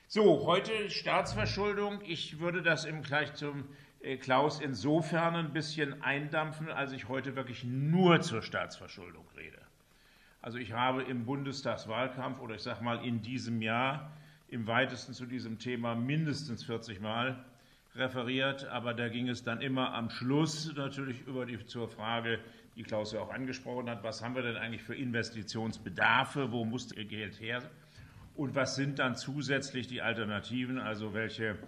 So, heute Staatsverschuldung. Ich würde das im Gleich zum Klaus insofern ein bisschen eindampfen, als ich heute wirklich nur zur Staatsverschuldung rede. Also ich habe im Bundestagswahlkampf oder ich sage mal in diesem Jahr im weitesten zu diesem Thema mindestens 40 Mal referiert, aber da ging es dann immer am Schluss natürlich zur Frage, die Klaus ja auch angesprochen hat, was haben wir denn eigentlich für Investitionsbedarfe, wo muss das Geld her? Und was sind dann zusätzlich die Alternativen, also welche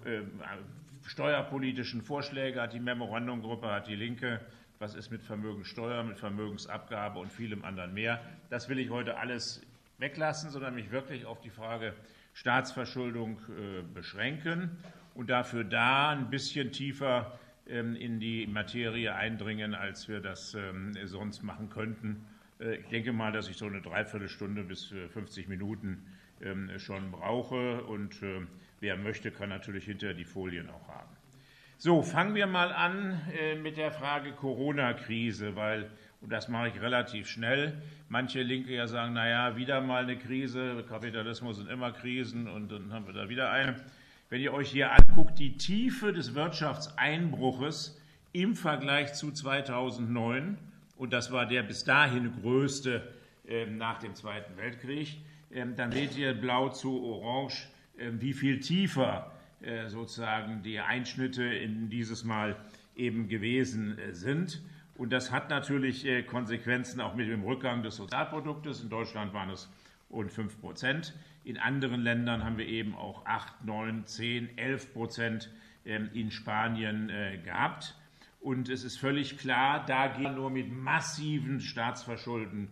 steuerpolitischen Vorschläge hat die Memorandumgruppe, hat die Linke, was ist mit Vermögenssteuer, mit Vermögensabgabe und vielem anderen mehr. Das will ich heute alles weglassen, sondern mich wirklich auf die Frage Staatsverschuldung beschränken und dafür da ein bisschen tiefer in die Materie eindringen, als wir das sonst machen könnten. Ich denke mal, dass ich so eine Dreiviertelstunde bis 50 Minuten schon brauche und wer möchte, kann natürlich hinterher die Folien auch haben. So, fangen wir mal an mit der Frage Corona-Krise, und das mache ich relativ schnell, manche Linke ja sagen, naja, wieder mal eine Krise, Kapitalismus sind immer Krisen und dann haben wir da wieder eine. Wenn ihr euch hier anguckt, die Tiefe des Wirtschaftseinbruches im Vergleich zu 2009, und das war der bis dahin größte nach dem Zweiten Weltkrieg, dann seht ihr blau zu orange, wie viel tiefer sozusagen die Einschnitte in dieses Mal eben gewesen sind. Und das hat natürlich Konsequenzen auch mit dem Rückgang des Sozialproduktes. In Deutschland waren es rund 5%. In anderen Ländern haben wir eben auch 8, 9, 10, 11% in Spanien gehabt. Und es ist völlig klar, da geht man nur mit massiven Staatsverschuldungen,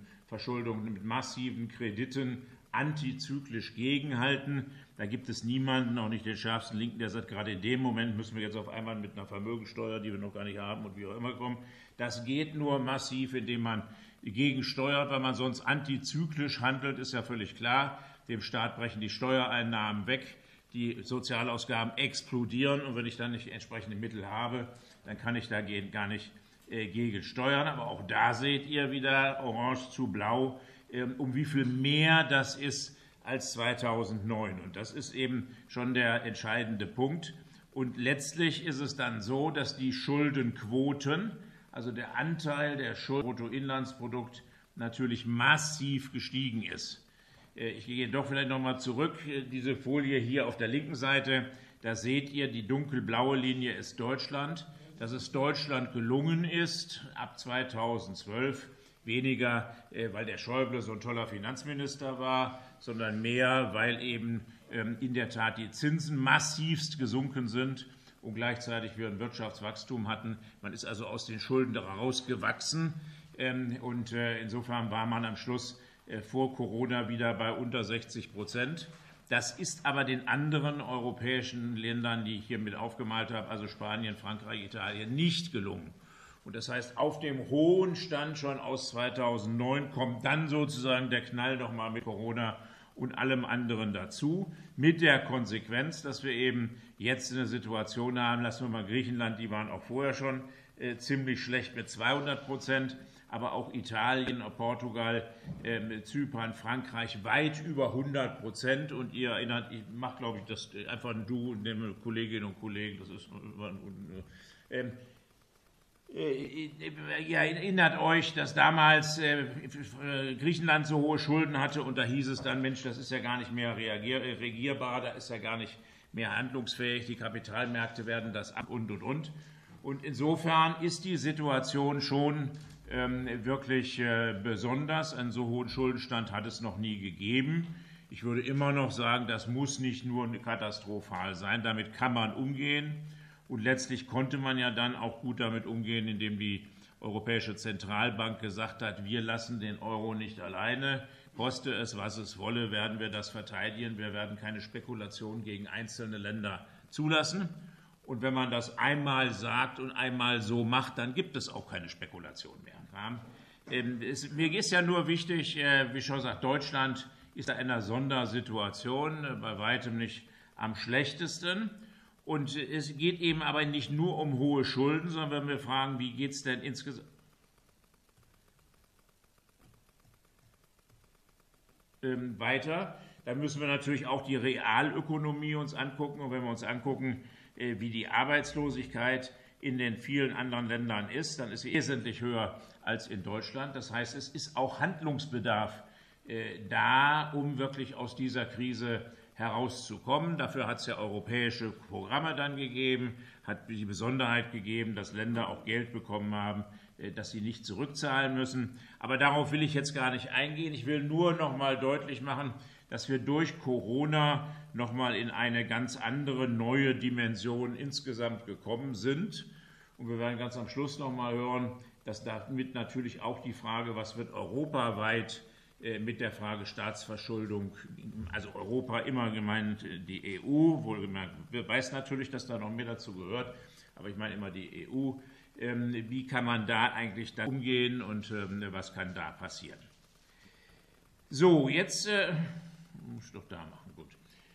mit massiven Krediten antizyklisch gegenhalten. Da gibt es niemanden, auch nicht den schärfsten Linken, der sagt, gerade in dem Moment müssen wir jetzt auf einmal mit einer Vermögenssteuer, die wir noch gar nicht haben und wie auch immer kommen. Das geht nur massiv, indem man gegensteuert, weil man sonst antizyklisch handelt, ist ja völlig klar. Dem Staat brechen die Steuereinnahmen weg, die Sozialausgaben explodieren und wenn ich dann nicht entsprechende Mittel habe, dann kann ich dagegen gar nicht gegensteuern. Aber auch da seht ihr wieder orange zu blau, um wie viel mehr das ist als 2009. Und das ist eben schon der entscheidende Punkt. Und letztlich ist es dann so, dass die Schuldenquoten, also der Anteil der Schulden im Bruttoinlandsprodukt, natürlich massiv gestiegen ist. Ich gehe doch vielleicht nochmal zurück, diese Folie hier auf der linken Seite, da seht ihr, die dunkelblaue Linie ist Deutschland. Dass es Deutschland gelungen ist, ab 2012, weniger, weil der Schäuble so ein toller Finanzminister war, sondern mehr, weil eben in der Tat die Zinsen massivst gesunken sind und gleichzeitig wir ein Wirtschaftswachstum hatten. Man ist also aus den Schulden rausgewachsen und insofern war man am Schluss vor Corona wieder bei unter 60%. Das ist aber den anderen europäischen Ländern, die ich hier mit aufgemalt habe, also Spanien, Frankreich, Italien, nicht gelungen. Und das heißt, auf dem hohen Stand schon aus 2009 kommt dann sozusagen der Knall nochmal mit Corona und allem anderen dazu, mit der Konsequenz, dass wir eben jetzt eine Situation haben, lassen wir mal Griechenland, die waren auch vorher schon ziemlich schlecht mit 200%, aber auch Italien, Portugal, Zypern, Frankreich weit über 100%. Und ihr erinnert, ich mache, glaube ich, das einfach ein Du, nehme Kolleginnen und Kollegen, das ist ihr erinnert euch, dass damals Griechenland so hohe Schulden hatte und da hieß es dann, Mensch, das ist ja gar nicht mehr regierbar, da ist ja gar nicht mehr handlungsfähig, die Kapitalmärkte werden das ab und. Und insofern ist die Situation schon wirklich besonders. Einen so hohen Schuldenstand hat es noch nie gegeben. Ich würde immer noch sagen, das muss nicht nur katastrophal sein, damit kann man umgehen. Und letztlich konnte man ja dann auch gut damit umgehen, indem die Europäische Zentralbank gesagt hat, wir lassen den Euro nicht alleine, koste es, was es wolle, werden wir das verteidigen, wir werden keine Spekulation gegen einzelne Länder zulassen. Und wenn man das einmal sagt und einmal so macht, dann gibt es auch keine Spekulation mehr. Mir ist ja nur wichtig, wie schon gesagt, Deutschland ist da in einer Sondersituation, bei weitem nicht am schlechtesten. Und es geht eben aber nicht nur um hohe Schulden, sondern wenn wir fragen, wie geht es denn insgesamt weiter, Da müssen wir natürlich auch die Realökonomie uns angucken. Und wenn wir uns angucken, wie die Arbeitslosigkeit in den vielen anderen Ländern ist, dann ist sie wesentlich höher als in Deutschland. Das heißt, es ist auch Handlungsbedarf da, um wirklich aus dieser Krise herauszukommen. Dafür hat es ja europäische Programme dann gegeben, hat die Besonderheit gegeben, dass Länder auch Geld bekommen haben, das sie nicht zurückzahlen müssen. Aber darauf will ich jetzt gar nicht eingehen. Ich will nur noch mal deutlich machen, dass wir durch Corona noch mal in eine ganz andere, neue Dimension insgesamt gekommen sind. Und wir werden ganz am Schluss noch mal hören, dass damit natürlich auch die Frage, was wird europaweit mit der Frage Staatsverschuldung, also Europa immer gemeint die EU, wohlgemerkt, wer weiß natürlich, dass da noch mehr dazu gehört, aber ich meine immer die EU, wie kann man da eigentlich da umgehen und was kann da passieren? So, jetzt muss ich doch da machen, gut.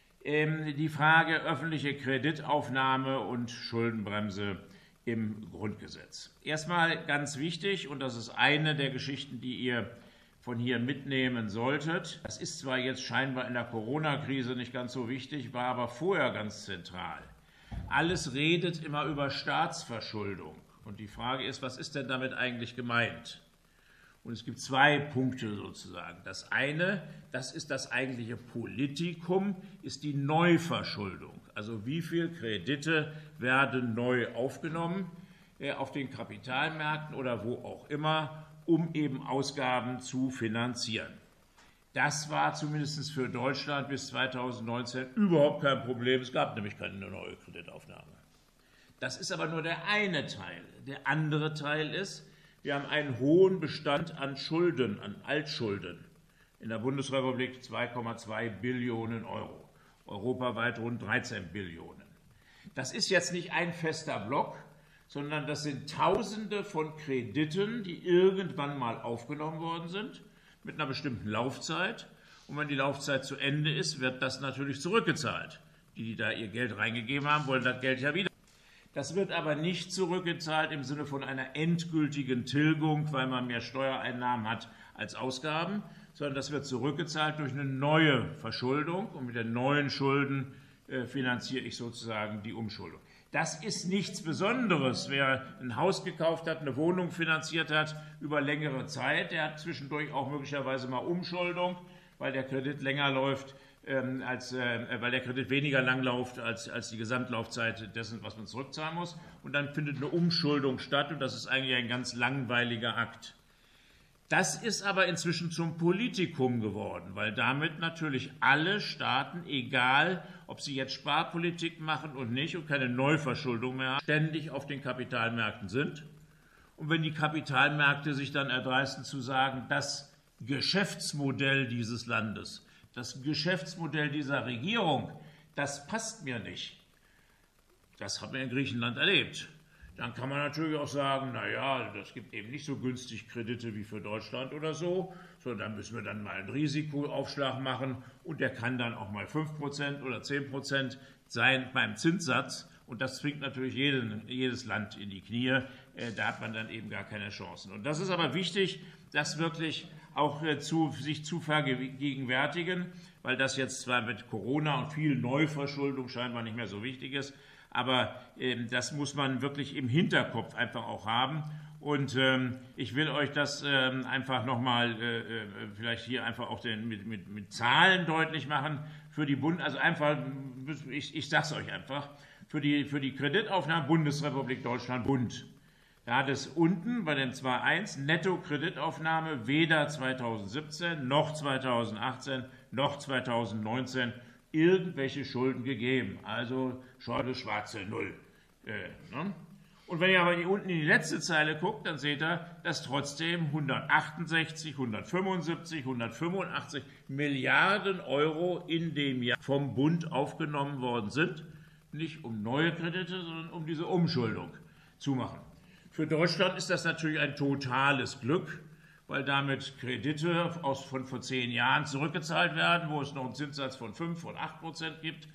Die Frage öffentliche Kreditaufnahme und Schuldenbremse im Grundgesetz. Erstmal ganz wichtig, und das ist eine der Geschichten, die ihr von hier mitnehmen solltet. Das ist zwar jetzt scheinbar in der Corona-Krise nicht ganz so wichtig, war aber vorher ganz zentral. Alles redet immer über Staatsverschuldung. Und die Frage ist, was ist denn damit eigentlich gemeint? Und es gibt zwei Punkte sozusagen. Das eine, das ist das eigentliche Politikum, ist die Neuverschuldung. Also wie viele Kredite werden neu aufgenommen auf den Kapitalmärkten oder wo auch immer, um eben Ausgaben zu finanzieren. Das war zumindest für Deutschland bis 2019 überhaupt kein Problem. Es gab nämlich keine neue Kreditaufnahme. Das ist aber nur der eine Teil. Der andere Teil ist, wir haben einen hohen Bestand an Schulden, an Altschulden. In der Bundesrepublik 2,2 Billionen Euro, europaweit rund 13 Billionen. Das ist jetzt nicht ein fester Block, sondern das sind Tausende von Krediten, die irgendwann mal aufgenommen worden sind, mit einer bestimmten Laufzeit. Und wenn die Laufzeit zu Ende ist, wird das natürlich zurückgezahlt. Die da ihr Geld reingegeben haben, wollen das Geld ja wieder. Das wird aber nicht zurückgezahlt im Sinne von einer endgültigen Tilgung, weil man mehr Steuereinnahmen hat als Ausgaben, sondern das wird zurückgezahlt durch eine neue Verschuldung. Und mit den neuen Schulden finanziere ich sozusagen die Umschuldung. Das ist nichts Besonderes. Wer ein Haus gekauft hat, eine Wohnung finanziert hat über längere Zeit, der hat zwischendurch auch möglicherweise mal Umschuldung, weil der Kredit länger läuft, weil der Kredit weniger lang läuft als die Gesamtlaufzeit dessen, was man zurückzahlen muss. Und dann findet eine Umschuldung statt und das ist eigentlich ein ganz langweiliger Akt. Das ist aber inzwischen zum Politikum geworden, weil damit natürlich alle Staaten, egal ob sie jetzt Sparpolitik machen und nicht und keine Neuverschuldung mehr haben, ständig auf den Kapitalmärkten sind. Und wenn die Kapitalmärkte sich dann erdreisten zu sagen, das Geschäftsmodell dieses Landes, das Geschäftsmodell dieser Regierung, das passt mir nicht. Das haben wir in Griechenland erlebt. Dann kann man natürlich auch sagen, naja, das gibt eben nicht so günstig Kredite wie für Deutschland oder so, sondern da müssen wir dann mal einen Risikoaufschlag machen und der kann dann auch mal 5% oder 10% sein beim Zinssatz. Und das zwingt natürlich jedes Land in die Knie. Da hat man dann eben gar keine Chancen. Und das ist aber wichtig, das wirklich auch sich zu vergegenwärtigen, weil das jetzt zwar mit Corona und viel Neuverschuldung scheinbar nicht mehr so wichtig ist, aber das muss man wirklich im Hinterkopf einfach auch haben. Und ich will euch das einfach nochmal vielleicht hier einfach auch mit Zahlen deutlich machen. Für die also einfach, ich sage es euch einfach, für die Kreditaufnahme Bundesrepublik Deutschland Bund. Da hat es unten bei dem 2.1 Netto-Kreditaufnahme weder 2017 noch 2018 noch 2019 irgendwelche Schulden gegeben. Also schwarze Null. Ne? Und wenn ihr aber hier unten in die letzte Zeile guckt, dann seht ihr, dass trotzdem 168, 175, 185 Milliarden Euro in dem Jahr vom Bund aufgenommen worden sind. Nicht um neue Kredite, sondern um diese Umschuldung zu machen. Für Deutschland ist das natürlich ein totales Glück, weil damit Kredite von vor 10 Jahren zurückgezahlt werden, wo es noch einen Zinssatz von 5 und 8%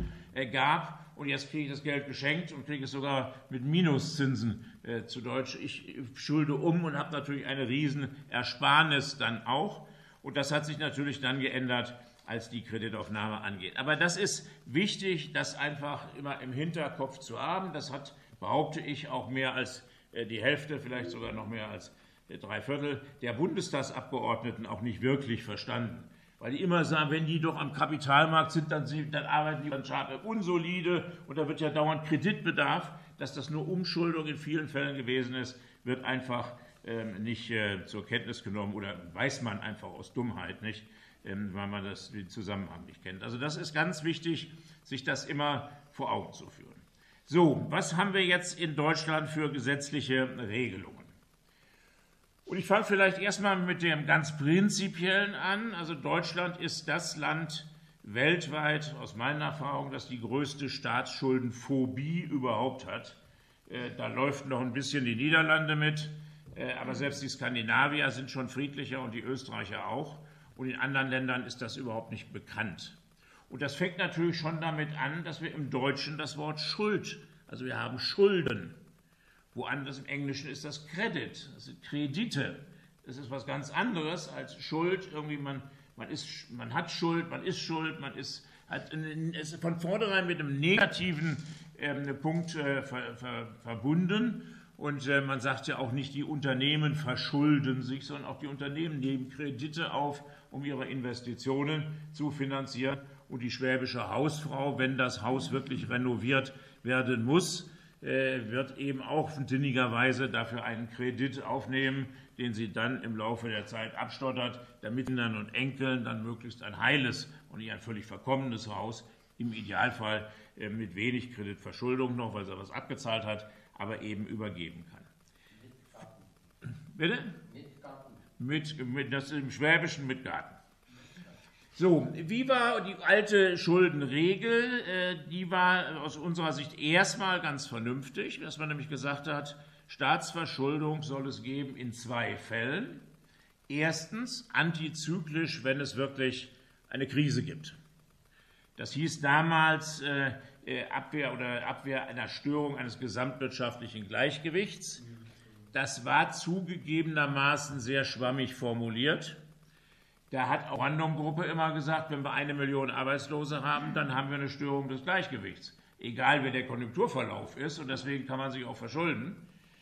gab. Und jetzt kriege ich das Geld geschenkt und kriege es sogar mit Minuszinsen zu Deutsch. Ich schulde um und habe natürlich eine riesen Ersparnis dann auch. Und das hat sich natürlich dann geändert, als die Kreditaufnahme angeht. Aber das ist wichtig, das einfach immer im Hinterkopf zu haben. Das hat, behaupte ich, auch mehr als die Hälfte, vielleicht sogar noch mehr als 3/4 der Bundestagsabgeordneten auch nicht wirklich verstanden. Weil die immer sagen, wenn die doch am Kapitalmarkt sind, dann arbeiten die ganz unsolide und da wird ja dauernd Kreditbedarf. Dass das nur Umschuldung in vielen Fällen gewesen ist, wird einfach nicht zur Kenntnis genommen oder weiß man einfach aus Dummheit nicht, weil man den Zusammenhang nicht kennt. Also das ist ganz wichtig, sich das immer vor Augen zu führen. So, was haben wir jetzt in Deutschland für gesetzliche Regelungen? Und ich fange vielleicht erstmal mit dem ganz Prinzipiellen an. Also Deutschland ist das Land weltweit, aus meiner Erfahrung, das die größte Staatsschuldenphobie überhaupt hat. Da läuft noch ein bisschen die Niederlande mit, aber selbst die Skandinavier sind schon friedlicher und die Österreicher auch. Und in anderen Ländern ist das überhaupt nicht bekannt. Und das fängt natürlich schon damit an, dass wir im Deutschen das Wort Schuld, also wir haben Schulden. Woanders im Englischen ist das Credit, das sind Kredite. Das ist was ganz anderes als Schuld. Irgendwie man hat Schuld, man ist schuld, man ist von vornherein mit einem negativen Punkt verbunden. Und man sagt ja auch nicht, die Unternehmen verschulden sich, sondern auch die Unternehmen nehmen Kredite auf, um ihre Investitionen zu finanzieren. Und die schwäbische Hausfrau, wenn das Haus wirklich renoviert werden muss, wird eben auch sinnigerweise dafür einen Kredit aufnehmen, den sie dann im Laufe der Zeit abstottert, damit Kindern und Enkeln dann möglichst ein heiles und nicht ein völlig verkommenes Haus, im Idealfall mit wenig Kreditverschuldung noch, weil sie was abgezahlt hat, aber eben übergeben kann. Mit Garten. Bitte? Mit Garten. Das ist im Schwäbischen mit Garten. So, wie war die alte Schuldenregel? Die war aus unserer Sicht erstmal ganz vernünftig, dass man nämlich gesagt hat, Staatsverschuldung soll es geben in 2 Fällen. Erstens antizyklisch, wenn es wirklich eine Krise gibt. Das hieß damals Abwehr einer Störung eines gesamtwirtschaftlichen Gleichgewichts. Das war zugegebenermaßen sehr schwammig formuliert. Da hat auch die Random-Gruppe immer gesagt, wenn wir 1 Million Arbeitslose haben, dann haben wir eine Störung des Gleichgewichts. Egal, wie der Konjunkturverlauf ist, und deswegen kann man sich auch verschulden.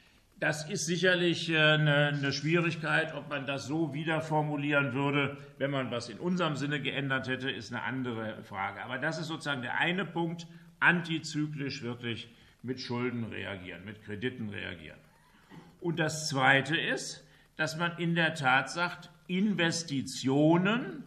Das ist sicherlich eine Schwierigkeit, ob man das so wieder formulieren würde, wenn man was in unserem Sinne geändert hätte, ist eine andere Frage. Aber das ist sozusagen der eine Punkt, antizyklisch wirklich mit Schulden reagieren, mit Krediten reagieren. Und das Zweite ist, dass man in der Tat sagt, Investitionen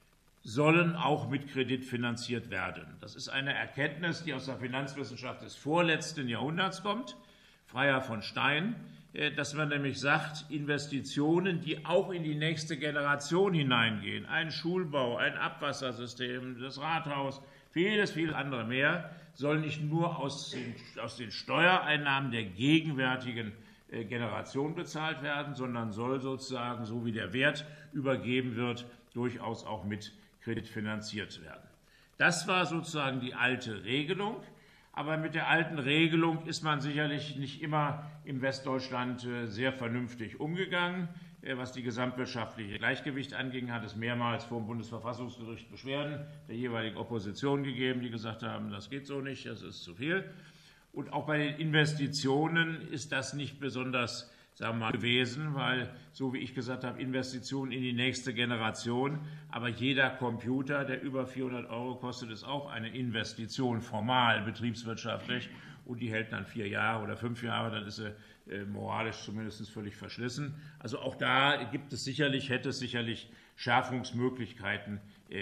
sollen auch mit Kredit finanziert werden. Das ist eine Erkenntnis, die aus der Finanzwissenschaft des vorletzten Jahrhunderts kommt, Freier von Stein, dass man nämlich sagt, Investitionen, die auch in die nächste Generation hineingehen, ein Schulbau, ein Abwassersystem, das Rathaus, vieles andere mehr, sollen nicht nur aus den Steuereinnahmen der gegenwärtigen Generation bezahlt werden, sondern soll sozusagen, so wie der Wert übergeben wird, durchaus auch mit Kredit finanziert werden. Das war sozusagen die alte Regelung, aber mit der alten Regelung ist man sicherlich nicht immer im Westdeutschland sehr vernünftig umgegangen. Was die gesamtwirtschaftliche Gleichgewicht anging, hat es mehrmals vor dem Bundesverfassungsgericht Beschwerden der jeweiligen Opposition gegeben, die gesagt haben, das geht so nicht, das ist zu viel. Und auch bei den Investitionen ist das nicht besonders, sagen wir mal, gewesen, weil, so wie ich gesagt habe, Investitionen in die nächste Generation, aber jeder Computer, der über 400 € kostet, ist auch eine Investition, formal, betriebswirtschaftlich, und die hält dann 4 Jahre oder 5 Jahre, dann ist sie moralisch zumindest völlig verschlissen. Also auch da hätte es sicherlich Schärfungsmöglichkeiten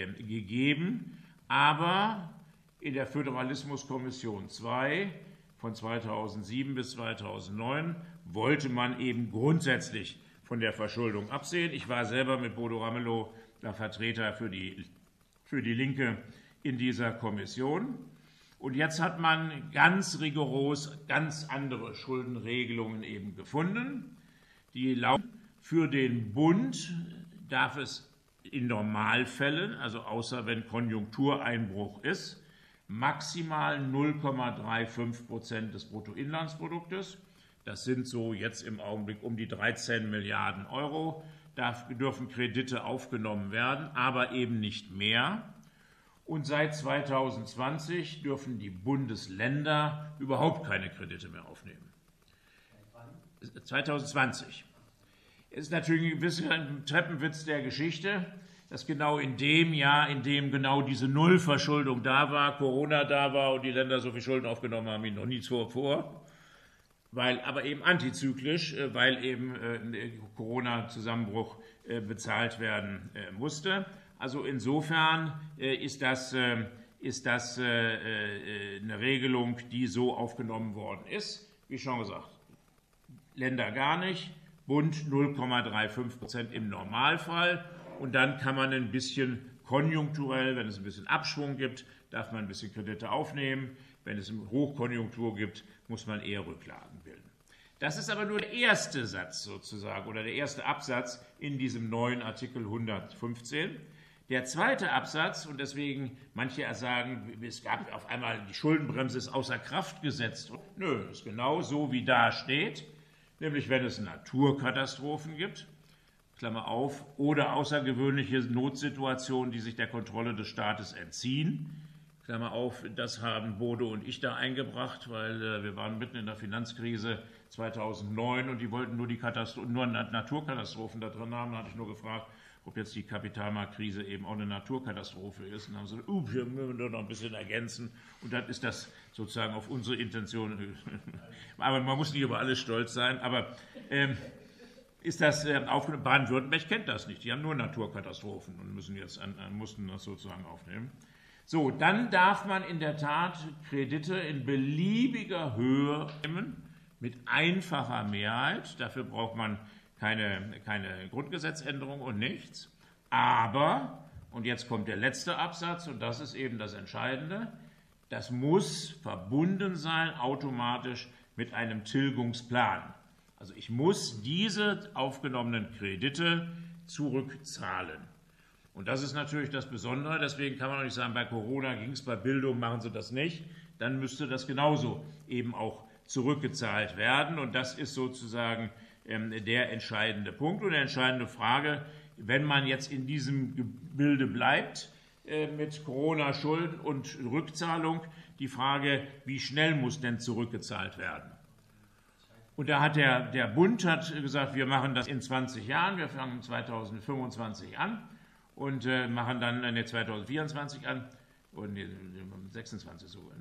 gegeben, aber in der Föderalismuskommission II von 2007 bis 2009 wollte man eben grundsätzlich von der Verschuldung absehen. Ich war selber mit Bodo Ramelow der Vertreter für die Linke in dieser Kommission. Und jetzt hat man ganz rigoros ganz andere Schuldenregelungen eben gefunden. Die lauten, für den Bund darf es in Normalfällen, also außer wenn Konjunktureinbruch ist, maximal 0,35% des Bruttoinlandsproduktes. Das sind so jetzt im Augenblick um die 13 Milliarden €. Da dürfen Kredite aufgenommen werden, aber eben nicht mehr. Und seit 2020 dürfen die Bundesländer überhaupt keine Kredite mehr aufnehmen. 2020. Es ist natürlich ein bisschen Treppenwitz der Geschichte, dass genau in dem Jahr, in dem genau diese Nullverschuldung da war, Corona da war und die Länder so viel Schulden aufgenommen haben wie noch nie zuvor, aber eben antizyklisch, weil eben Corona-Zusammenbruch bezahlt werden musste. Also insofern ist das eine Regelung, die so aufgenommen worden ist. Wie schon gesagt, Länder gar nicht, Bund 0,35% im Normalfall. Und dann kann man ein bisschen konjunkturell, wenn es ein bisschen Abschwung gibt, darf man ein bisschen Kredite aufnehmen. Wenn es eine Hochkonjunktur gibt, muss man eher Rücklagen bilden. Das ist aber nur der erste Satz sozusagen oder der erste Absatz in diesem neuen Artikel 115. Der zweite Absatz, und deswegen manche sagen, es gab auf einmal, die Schuldenbremse ist außer Kraft gesetzt. Nö, ist genau so, wie da steht, nämlich wenn es Naturkatastrophen gibt, Klammer auf, oder außergewöhnliche Notsituationen, die sich der Kontrolle des Staates entziehen, Klammer auf, das haben Bodo und ich da eingebracht, weil wir waren mitten in der Finanzkrise 2009 und die wollten nur Naturkatastrophen da drin haben. Da hatte ich nur gefragt, ob jetzt die Kapitalmarktkrise eben auch eine Naturkatastrophe ist. Und dann haben sie gesagt, wir müssen da noch ein bisschen ergänzen. Und dann ist das sozusagen auf unsere Intention. Aber man muss nicht über alles stolz sein. Aber ist das aufgenommen? Baden-Württemberg kennt das nicht. Die haben nur Naturkatastrophen und mussten das sozusagen aufnehmen. So, dann darf man in der Tat Kredite in beliebiger Höhe nehmen, mit einfacher Mehrheit. Dafür braucht man keine Grundgesetzänderung und nichts. Aber, und jetzt kommt der letzte Absatz, und das ist eben das Entscheidende, das muss verbunden sein automatisch mit einem Tilgungsplan. Also ich muss diese aufgenommenen Kredite zurückzahlen. Und das ist natürlich das Besondere, deswegen kann man auch nicht sagen, bei Corona ging es, bei Bildung machen sie das nicht, dann müsste das genauso eben auch zurückgezahlt werden. Und das ist sozusagen der entscheidende Punkt und die entscheidende Frage, wenn man jetzt in diesem Gebilde bleibt mit Corona-Schulden und Rückzahlung, die Frage, wie schnell muss denn zurückgezahlt werden? Und da hat der Bund hat gesagt, wir machen das in 20 Jahren, wir fangen 2025 an und machen dann 2024 an, und 26 sogar,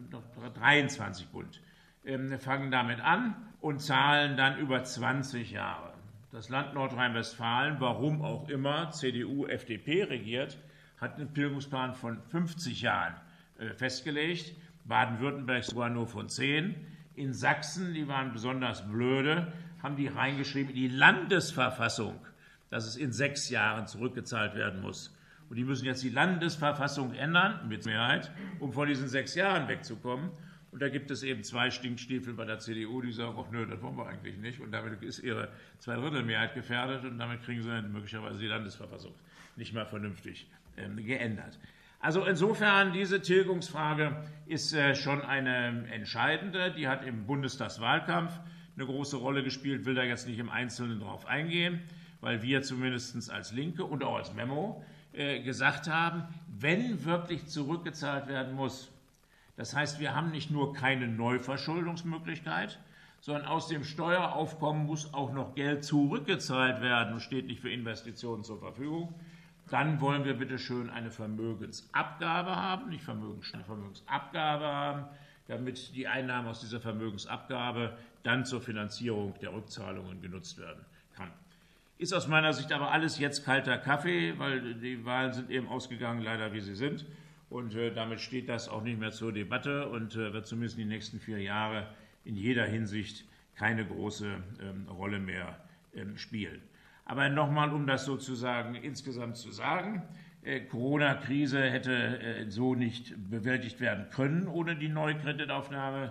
23 Bund. Fangen damit an und zahlen dann über 20 Jahre. Das Land Nordrhein-Westfalen, warum auch immer, CDU, FDP regiert, hat einen Tilgungsplan von 50 Jahren festgelegt, Baden-Württemberg sogar nur von 10. In Sachsen, die waren besonders blöde, haben die reingeschrieben in die Landesverfassung, dass es in 6 Jahren zurückgezahlt werden muss. Und die müssen jetzt die Landesverfassung ändern, mit Mehrheit, um von diesen 6 Jahren wegzukommen. Und da gibt es eben 2 Stinkstiefel bei der CDU, die sagen, ach nö, das wollen wir eigentlich nicht. Und damit ist ihre Zweidrittelmehrheit gefährdet und damit kriegen sie möglicherweise die Landesverfassung nicht mal vernünftig geändert. Also insofern, diese Tilgungsfrage ist schon eine entscheidende. Die hat im Bundestagswahlkampf eine große Rolle gespielt, will da jetzt nicht im Einzelnen drauf eingehen, weil wir zumindest als Linke und auch als Memo gesagt haben, wenn wirklich zurückgezahlt werden muss, das heißt, wir haben nicht nur keine Neuverschuldungsmöglichkeit, sondern aus dem Steueraufkommen muss auch noch Geld zurückgezahlt werden und steht nicht für Investitionen zur Verfügung. Dann wollen wir bitte schön eine Vermögensabgabe haben, nicht Vermögensabgabe haben, damit die Einnahmen aus dieser Vermögensabgabe dann zur Finanzierung der Rückzahlungen genutzt werden kann. Ist aus meiner Sicht aber alles jetzt kalter Kaffee, weil die Wahlen sind eben ausgegangen, leider wie sie sind. Und damit steht das auch nicht mehr zur Debatte und wird zumindest die nächsten 4 Jahre in jeder Hinsicht keine große Rolle mehr spielen. Aber nochmal, um das sozusagen insgesamt zu sagen, Corona-Krise hätte so nicht bewältigt werden können ohne die neue Kreditaufnahme.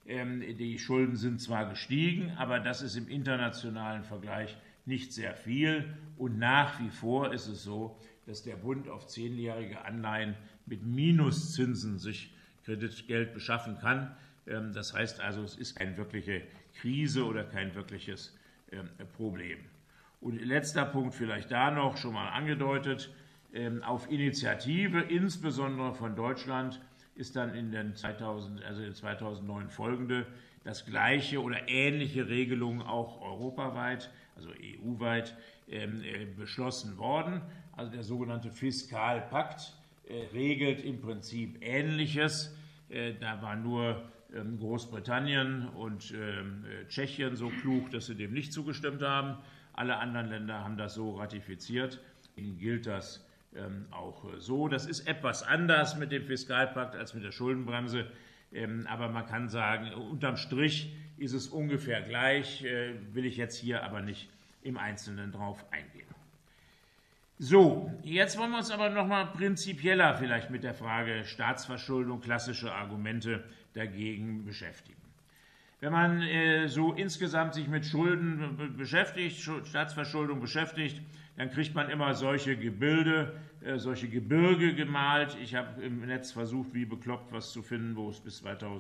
Die Schulden sind zwar gestiegen, aber das ist im internationalen Vergleich nicht sehr viel. Und nach wie vor ist es so, dass der Bund auf 10-jährige Anleihen mit Minuszinsen sich Kreditgeld beschaffen kann. Das heißt also, es ist keine wirkliche Krise oder kein wirkliches Problem. Und letzter Punkt vielleicht da noch, schon mal angedeutet, Auf Initiative, insbesondere von Deutschland, ist dann in den 2009 folgende das gleiche oder ähnliche Regelungen auch europaweit, also EU-weit, beschlossen worden. Also der sogenannte Fiskalpakt regelt im Prinzip Ähnliches. Da war nur Großbritannien und Tschechien so klug, dass sie dem nicht zugestimmt haben. Alle anderen Länder haben das so ratifiziert. Ihnen gilt das auch so. Das ist etwas anders mit dem Fiskalpakt als mit der Schuldenbremse. Aber man kann sagen, unterm Strich ist es ungefähr gleich, will ich jetzt hier aber nicht im Einzelnen drauf eingehen. So, jetzt wollen wir uns aber noch mal prinzipieller vielleicht mit der Frage Staatsverschuldung, klassische Argumente dagegen beschäftigen. Wenn man so insgesamt sich mit Schulden beschäftigt, Staatsverschuldung beschäftigt, dann kriegt man immer solche Gebilde, solche Gebirge gemalt. Ich habe im Netz versucht, wie bekloppt was zu finden, wo es bis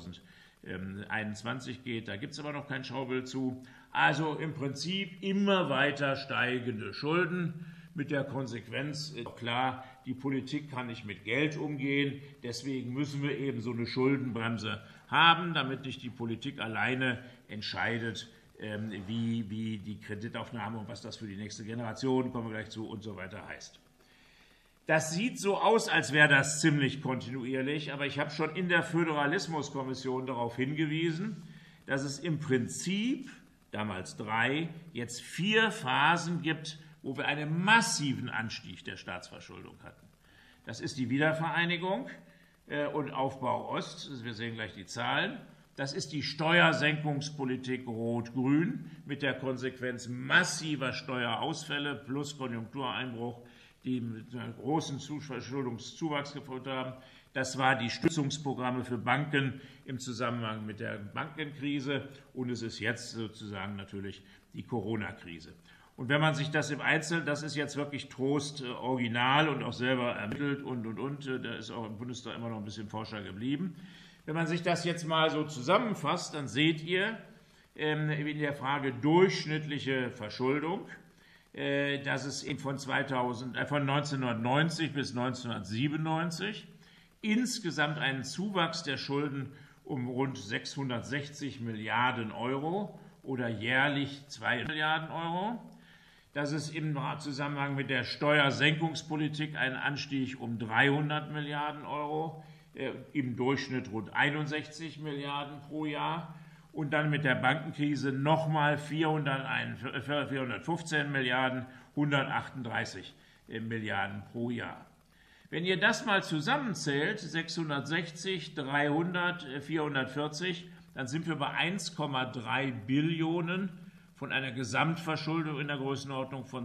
2021 geht. Da gibt es aber noch kein Schaubild zu. Also im Prinzip immer weiter steigende Schulden. Mit der Konsequenz, klar, die Politik kann nicht mit Geld umgehen, deswegen müssen wir eben so eine Schuldenbremse haben, damit nicht die Politik alleine entscheidet, wie die Kreditaufnahme und was das für die nächste Generation, kommen wir gleich zu, und so weiter heißt. Das sieht so aus, als wäre das ziemlich kontinuierlich, aber ich habe schon in der Föderalismuskommission darauf hingewiesen, dass es im Prinzip, damals 3, jetzt 4 Phasen gibt, wo wir einen massiven Anstieg der Staatsverschuldung hatten. Das ist die Wiedervereinigung und Aufbau Ost, wir sehen gleich die Zahlen. Das ist die Steuersenkungspolitik Rot-Grün mit der Konsequenz massiver Steuerausfälle plus Konjunktureinbruch, die mit einem großen Verschuldungszuwachs gefolgt haben. Das war die Stützungsprogramme für Banken im Zusammenhang mit der Bankenkrise und es ist jetzt sozusagen natürlich die Corona-Krise. Und wenn man sich das im Einzelnen, das ist jetzt wirklich Trost original und auch selber ermittelt da ist auch im Bundestag immer noch ein bisschen Forscher geblieben. Wenn man sich das jetzt mal so zusammenfasst, dann seht ihr in der Frage durchschnittliche Verschuldung, dass es eben von 1990 bis 1997 insgesamt einen Zuwachs der Schulden um rund 660 Milliarden Euro oder jährlich 2 Milliarden Euro. Dass es im Zusammenhang mit der Steuersenkungspolitik einen Anstieg um 300 Milliarden Euro, im Durchschnitt rund 61 Milliarden pro Jahr und dann mit der Bankenkrise nochmal 415 Milliarden, 138 Milliarden pro Jahr. Wenn ihr das mal zusammenzählt, 660, 300, 440, dann sind wir bei 1,3 Billionen von einer Gesamtverschuldung in der Größenordnung von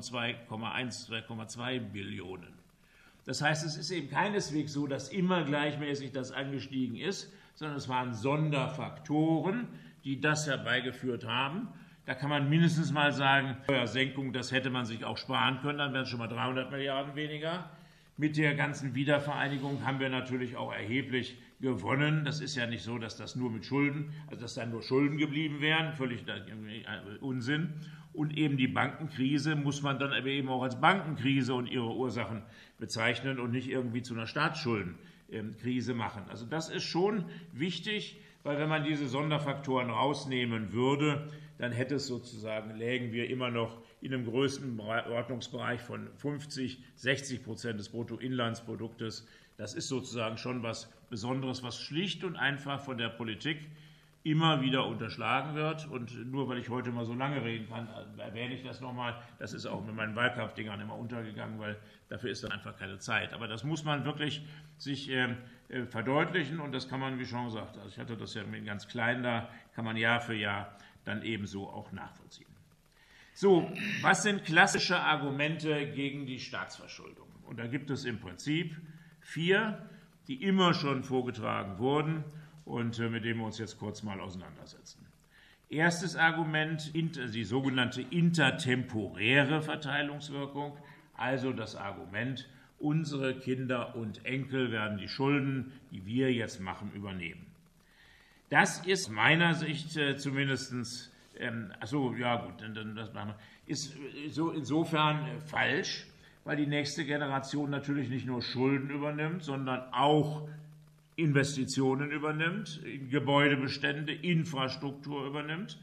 2,2 Billionen. Das heißt, es ist eben keineswegs so, dass immer gleichmäßig das angestiegen ist, sondern es waren Sonderfaktoren, die das herbeigeführt haben. Da kann man mindestens mal sagen, Steuersenkung, das hätte man sich auch sparen können, dann wären es schon mal 300 Milliarden weniger. Mit der ganzen Wiedervereinigung haben wir natürlich auch erheblich gewonnen. Das ist ja nicht so, dass das nur mit Schulden, also dass dann nur Schulden geblieben wären, völlig Unsinn. Und eben die Bankenkrise muss man dann aber eben auch als Bankenkrise und ihre Ursachen bezeichnen und nicht irgendwie zu einer Staatsschuldenkrise machen. Also das ist schon wichtig, weil wenn man diese Sonderfaktoren rausnehmen würde, dann hätte es sozusagen, lägen wir immer noch in einem Größenordnungsbereich von 50-60% des Bruttoinlandsproduktes. Das ist sozusagen schon was Besonderes, was schlicht und einfach von der Politik immer wieder unterschlagen wird. Und nur weil ich heute mal so lange reden kann, erwähne ich das nochmal. Das ist auch mit meinen Wahlkampfdingern immer untergegangen, weil dafür ist dann einfach keine Zeit. Aber das muss man wirklich sich verdeutlichen und das kann man, wie schon gesagt, also ich hatte das ja mit ganz klein da, kann man Jahr für Jahr dann ebenso auch nachvollziehen. So, was sind klassische Argumente gegen die Staatsverschuldung? Und da gibt es im Prinzip 4, die immer schon vorgetragen wurden und mit denen wir uns jetzt kurz mal auseinandersetzen. Erstes Argument, die sogenannte intertemporäre Verteilungswirkung, also das Argument, unsere Kinder und Enkel werden die Schulden, die wir jetzt machen, übernehmen. Das ist meiner Sicht zumindest, ist so insofern falsch, weil die nächste Generation natürlich nicht nur Schulden übernimmt, sondern auch Investitionen übernimmt, Gebäudebestände, Infrastruktur übernimmt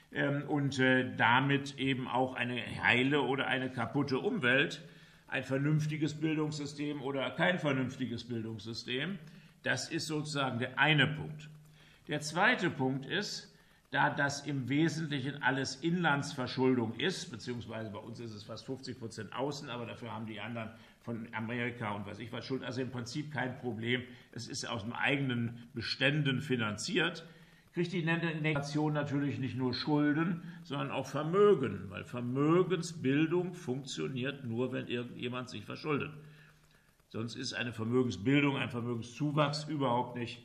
und damit eben auch eine heile oder eine kaputte Umwelt, ein vernünftiges Bildungssystem oder kein vernünftiges Bildungssystem. Das ist sozusagen der eine Punkt. Der zweite Punkt ist, da das im Wesentlichen alles Inlandsverschuldung ist, beziehungsweise bei uns ist es fast 50% außen, aber dafür haben die anderen von Amerika und weiß ich was Schuld, also im Prinzip kein Problem. Es ist aus dem eigenen Beständen finanziert, kriegt die Nation natürlich nicht nur Schulden, sondern auch Vermögen, weil Vermögensbildung funktioniert nur, wenn irgendjemand sich verschuldet. Sonst ist eine Vermögensbildung, ein Vermögenszuwachs überhaupt nicht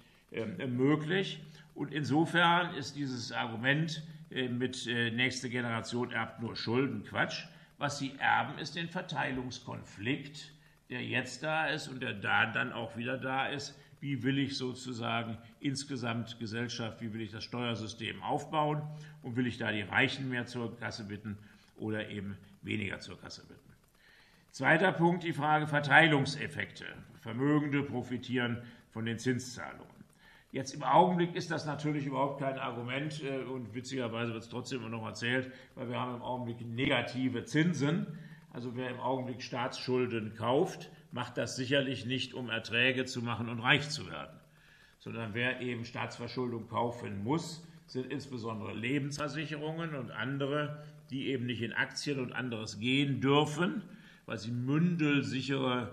möglich. Und insofern ist dieses Argument mit nächste Generation erbt nur Schulden Quatsch. Was sie erben, ist den Verteilungskonflikt, der jetzt da ist und der dann auch wieder da ist. Wie will ich sozusagen insgesamt Gesellschaft, wie will ich das Steuersystem aufbauen und will ich da die Reichen mehr zur Kasse bitten oder eben weniger zur Kasse bitten? Zweiter Punkt, die Frage Verteilungseffekte. Vermögende profitieren von den Zinszahlungen. Jetzt im Augenblick ist das natürlich überhaupt kein Argument und witzigerweise wird es trotzdem immer noch erzählt, weil wir haben im Augenblick negative Zinsen. Also wer im Augenblick Staatsschulden kauft, macht das sicherlich nicht, um Erträge zu machen und reich zu werden, sondern wer eben Staatsverschuldung kaufen muss, sind insbesondere Lebensversicherungen und andere, die eben nicht in Aktien und anderes gehen dürfen, weil sie mündelsichere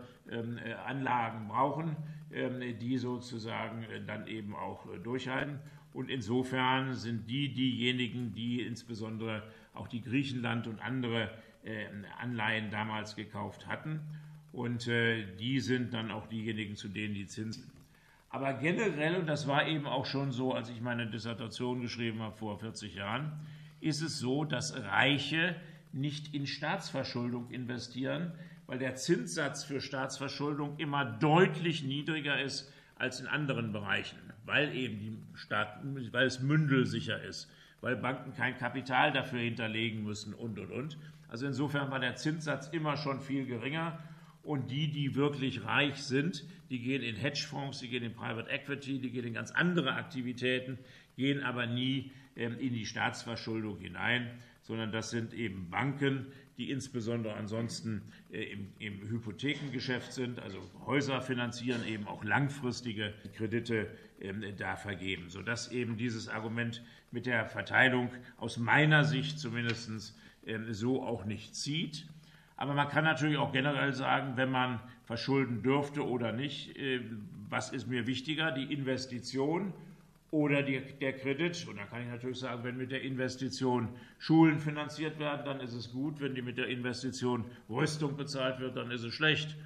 Anlagen brauchen, die sozusagen dann eben auch durchhalten. Und insofern sind diejenigen, die insbesondere auch die Griechenland und andere Anleihen damals gekauft hatten. Und die sind dann auch diejenigen, zu denen die Zinsen. Aber generell, und das war eben auch schon so, als ich meine Dissertation geschrieben habe vor 40 Jahren, ist es so, dass Reiche nicht in Staatsverschuldung investieren, weil der Zinssatz für Staatsverschuldung immer deutlich niedriger ist als in anderen Bereichen, weil eben weil es mündelsicher ist, weil Banken kein Kapital dafür hinterlegen müssen und. Also insofern war der Zinssatz immer schon viel geringer und die wirklich reich sind, die gehen in Hedgefonds, die gehen in Private Equity, die gehen in ganz andere Aktivitäten, gehen aber nie in die Staatsverschuldung hinein, sondern das sind eben Banken, die insbesondere ansonsten im Hypothekengeschäft sind, also Häuser finanzieren, eben auch langfristige Kredite da vergeben, sodass eben dieses Argument mit der Verteilung aus meiner Sicht zumindest so auch nicht zieht. Aber man kann natürlich auch generell sagen, wenn man verschulden dürfte oder nicht, was ist mir wichtiger, die Investition oder der Kredit? Und da kann ich natürlich sagen, wenn mit der Investition Schulen finanziert werden, dann ist es gut. Wenn die mit der Investition Rüstung bezahlt wird, dann ist es schlecht.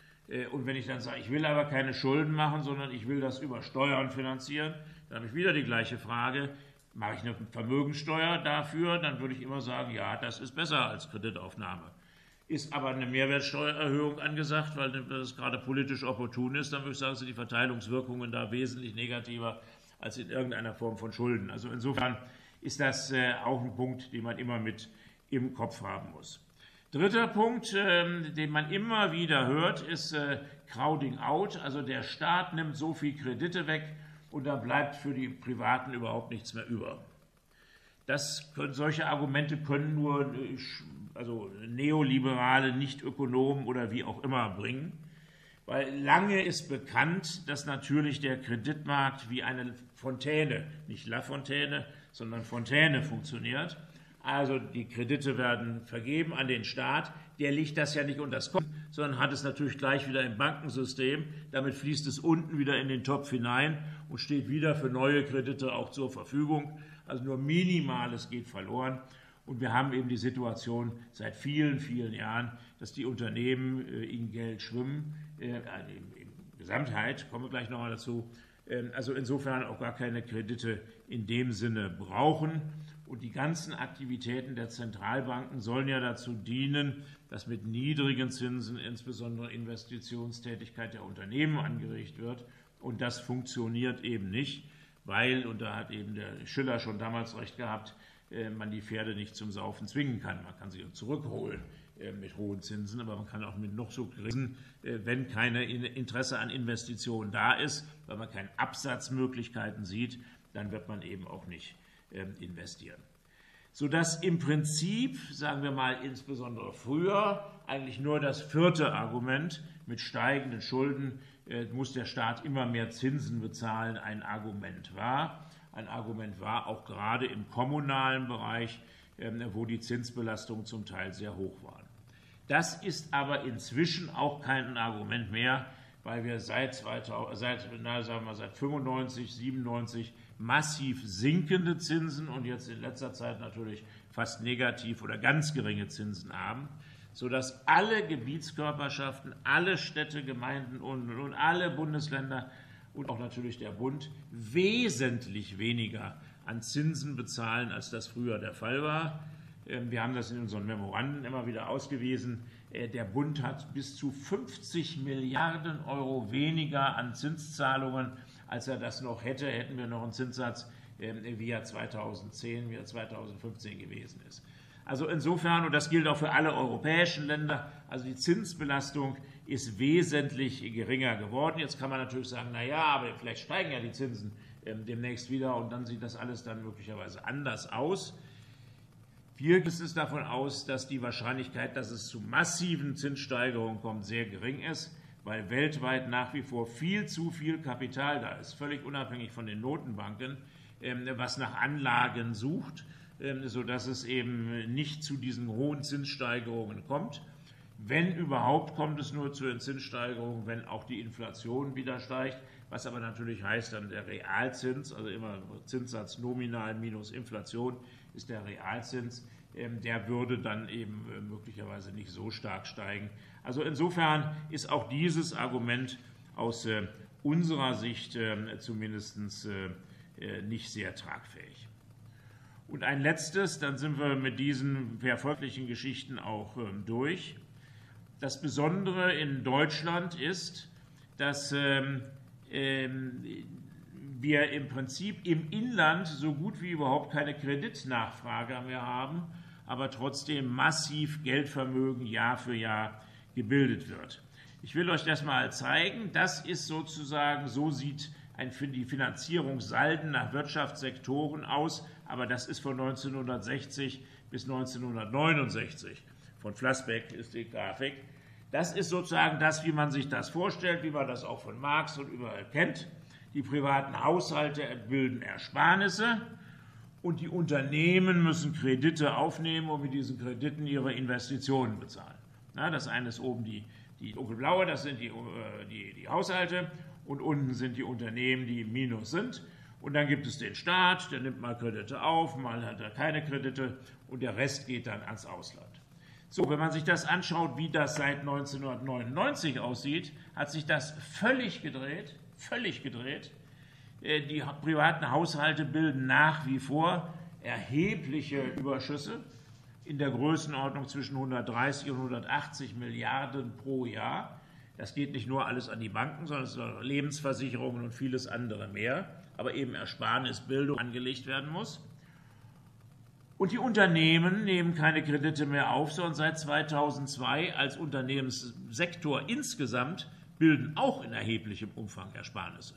Und wenn ich dann sage, ich will aber keine Schulden machen, sondern ich will das über Steuern finanzieren, dann habe ich wieder die gleiche Frage. Mache ich eine Vermögenssteuer dafür, dann würde ich immer sagen, ja, das ist besser als Kreditaufnahme. Ist aber eine Mehrwertsteuererhöhung angesagt, weil das gerade politisch opportun ist, dann würde ich sagen, sind die Verteilungswirkungen da wesentlich negativer als in irgendeiner Form von Schulden. Also insofern ist das auch ein Punkt, den man immer mit im Kopf haben muss. Dritter Punkt, den man immer wieder hört, ist Crowding out. Also der Staat nimmt so viel Kredite weg und da bleibt für die Privaten überhaupt nichts mehr über. Solche Argumente können nur Neoliberale, Nicht-Ökonomen oder wie auch immer bringen. Weil lange ist bekannt, dass natürlich der Kreditmarkt wie eine Fontäne, nicht La Fontaine, sondern Fontäne funktioniert. Also die Kredite werden vergeben an den Staat, der legt das ja nicht unter das Kopf, sondern hat es natürlich gleich wieder im Bankensystem. Damit fließt es unten wieder in den Topf hinein und steht wieder für neue Kredite auch zur Verfügung. Also nur Minimales geht verloren. Und wir haben eben die Situation seit vielen, vielen Jahren, dass die Unternehmen in Geld schwimmen, in Gesamtheit, kommen wir gleich nochmal dazu, also insofern auch gar keine Kredite in dem Sinne brauchen. Und die ganzen Aktivitäten der Zentralbanken sollen ja dazu dienen, dass mit niedrigen Zinsen insbesondere Investitionstätigkeit der Unternehmen angeregt wird. Und das funktioniert eben nicht, weil, und da hat eben der Schiller schon damals recht gehabt, man die Pferde nicht zum Saufen zwingen kann. Man kann sie zurückholen mit hohen Zinsen, aber man kann auch mit noch so geringen, wenn kein Interesse an Investitionen da ist, weil man keine Absatzmöglichkeiten sieht, dann wird man eben auch nicht investieren. Sodass im Prinzip, sagen wir mal insbesondere früher, eigentlich nur das vierte Argument mit steigenden Schulden muss der Staat immer mehr Zinsen bezahlen, ein Argument war. Ein Argument war auch gerade im kommunalen Bereich, wo die Zinsbelastungen zum Teil sehr hoch waren. Das ist aber inzwischen auch kein Argument mehr, weil wir seit 95, 97 massiv sinkende Zinsen und jetzt in letzter Zeit natürlich fast negativ oder ganz geringe Zinsen haben, sodass alle Gebietskörperschaften, alle Städte, Gemeinden und alle Bundesländer und auch natürlich der Bund wesentlich weniger an Zinsen bezahlen, als das früher der Fall war. Wir haben das in unseren Memoranden immer wieder ausgewiesen. Der Bund hat bis zu 50 Milliarden Euro weniger an Zinszahlungen, als er das noch hätte. Hätten wir noch einen Zinssatz, wie er 2010, wie er 2015 gewesen ist. Also insofern, und das gilt auch für alle europäischen Länder, also die Zinsbelastung ist wesentlich geringer geworden. Jetzt kann man natürlich sagen, na ja, aber vielleicht steigen ja die Zinsen demnächst wieder und dann sieht das alles dann möglicherweise anders aus. Wir gehen davon aus, dass die Wahrscheinlichkeit, dass es zu massiven Zinssteigerungen kommt, sehr gering ist, weil weltweit nach wie vor viel zu viel Kapital da ist, völlig unabhängig von den Notenbanken, was nach Anlagen sucht, sodass es eben nicht zu diesen hohen Zinssteigerungen kommt. Wenn überhaupt, kommt es nur zu den Zinssteigerungen, wenn auch die Inflation wieder steigt, was aber natürlich heißt, dann der Realzins, also immer Zinssatz nominal minus Inflation, ist der Realzins, der würde dann eben möglicherweise nicht so stark steigen. Also insofern ist auch dieses Argument aus unserer Sicht zumindest nicht sehr tragfähig. Und ein letztes, dann sind wir mit diesen erfolgreichen Geschichten auch durch. Das Besondere in Deutschland ist, dass wir im Prinzip im Inland so gut wie überhaupt keine Kreditnachfrage mehr haben, aber trotzdem massiv Geldvermögen Jahr für Jahr gebildet wird. Ich will euch das mal zeigen. Das ist sozusagen, so sieht die Finanzierungssalden nach Wirtschaftssektoren aus, aber das ist von 1960 bis 1969. Von Flassbeck ist die Grafik. Das ist sozusagen das, wie man sich das vorstellt, wie man das auch von Marx und überall kennt. Die privaten Haushalte bilden Ersparnisse und die Unternehmen müssen Kredite aufnehmen und mit diesen Krediten ihre Investitionen bezahlen. Das eine ist oben die dunkelblaue, das sind die Haushalte und unten sind die Unternehmen, die im Minus sind. Und dann gibt es den Staat, der nimmt mal Kredite auf, mal hat er keine Kredite und der Rest geht dann ans Ausland. So, wenn man sich das anschaut, wie das seit 1999 aussieht, hat sich das völlig gedreht. Die privaten Haushalte bilden nach wie vor erhebliche Überschüsse in der Größenordnung zwischen 130 und 180 Milliarden pro Jahr. Das geht nicht nur alles an die Banken, sondern es sind auch Lebensversicherungen und vieles andere mehr, aber eben Ersparnis, Bildung angelegt werden muss. Und die Unternehmen nehmen keine Kredite mehr auf, sondern seit 2002 als Unternehmenssektor insgesamt bilden auch in erheblichem Umfang Ersparnisse.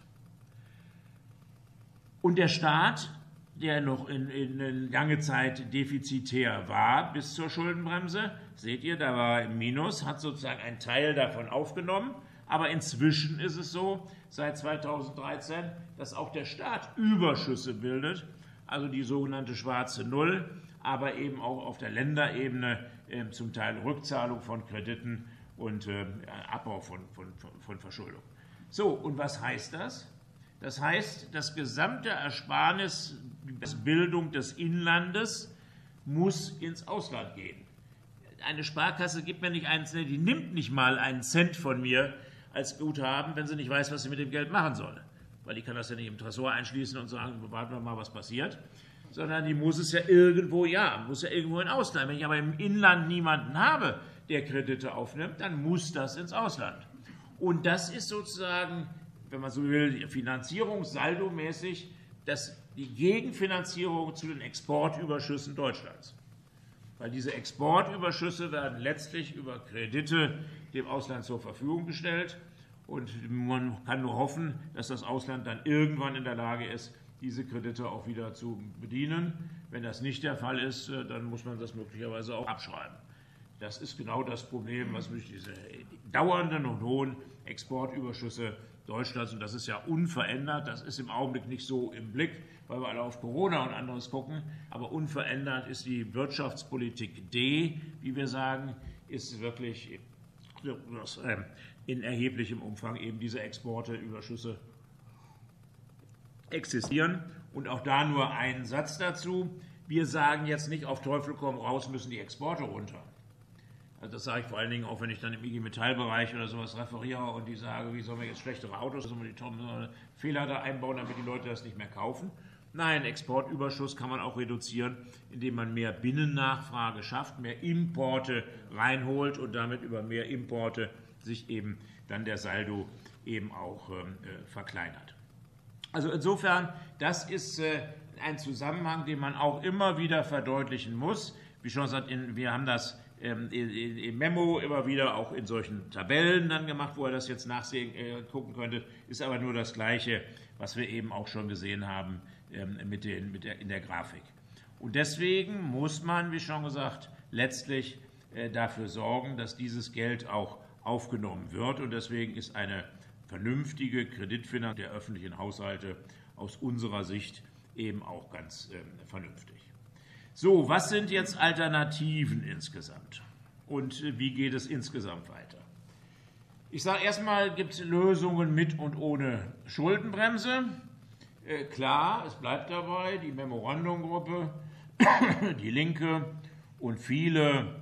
Und der Staat, der noch in lange Zeit defizitär war bis zur Schuldenbremse, seht ihr, da war er im Minus, hat sozusagen einen Teil davon aufgenommen. Aber inzwischen ist es so, seit 2013, dass auch der Staat Überschüsse bildet, also die sogenannte schwarze Null, aber eben auch auf der Länderebene zum Teil Rückzahlung von Krediten und Abbau von Verschuldung. So, und was heißt das? Das heißt, das gesamte Ersparnisbildung des Inlandes muss ins Ausland gehen. Eine Sparkasse gibt mir nicht die nimmt nicht mal einen Cent von mir als Guthaben, wenn sie nicht weiß, was sie mit dem Geld machen soll. Weil die kann das ja nicht im Tresor einschließen und sagen, warten wir mal, was passiert. Sondern die muss es ja irgendwo in Ausland. Wenn ich aber im Inland niemanden habe, der Kredite aufnimmt, dann muss das ins Ausland. Und das ist sozusagen, wenn man so will, finanzierungssaldomäßig die Gegenfinanzierung zu den Exportüberschüssen Deutschlands. weil diese Exportüberschüsse werden letztlich über Kredite dem Ausland zur Verfügung gestellt. Und man kann nur hoffen, dass das Ausland dann irgendwann in der Lage ist, diese Kredite auch wieder zu bedienen. Wenn das nicht der Fall ist, dann muss man das möglicherweise auch abschreiben. Das ist genau das Problem, was durch diese dauernden und hohen Exportüberschüsse Deutschlands, und das ist ja unverändert, das ist im Augenblick nicht so im Blick, weil wir alle auf Corona und anderes gucken, aber unverändert ist die Wirtschaftspolitik D, wie wir sagen, ist wirklich in erheblichem Umfang eben diese Exporteüberschüsse existieren. Und auch da nur einen Satz dazu. Wir sagen jetzt nicht, auf Teufel komm raus müssen die Exporte runter. Also das sage ich vor allen Dingen auch, wenn ich dann im IG Metall-Bereich oder sowas referiere und die sage, wie sollen wir jetzt schlechtere Autos, sollen wir die Fehler da einbauen, damit die Leute das nicht mehr kaufen. Nein, Exportüberschuss kann man auch reduzieren, indem man mehr Binnennachfrage schafft, mehr Importe reinholt und damit über mehr Importe sich eben dann der Saldo eben auch verkleinert. Also insofern, das ist ein Zusammenhang, den man auch immer wieder verdeutlichen muss. Wie schon gesagt, wir haben das im Memo immer wieder auch in solchen Tabellen dann gemacht, wo ihr das jetzt gucken könntet, ist aber nur das Gleiche, was wir eben auch schon gesehen haben in der Grafik. Und deswegen muss man, wie schon gesagt, letztlich dafür sorgen, dass dieses Geld auch aufgenommen wird. Und deswegen ist eine vernünftige Kreditfinanzierung der öffentlichen Haushalte aus unserer Sicht eben auch ganz vernünftig. So, was sind jetzt Alternativen insgesamt? Und wie geht es insgesamt weiter? Ich sage erstmal, gibt es Lösungen mit und ohne Schuldenbremse. Klar, es bleibt dabei, die Memorandum-Gruppe, die Linke und viele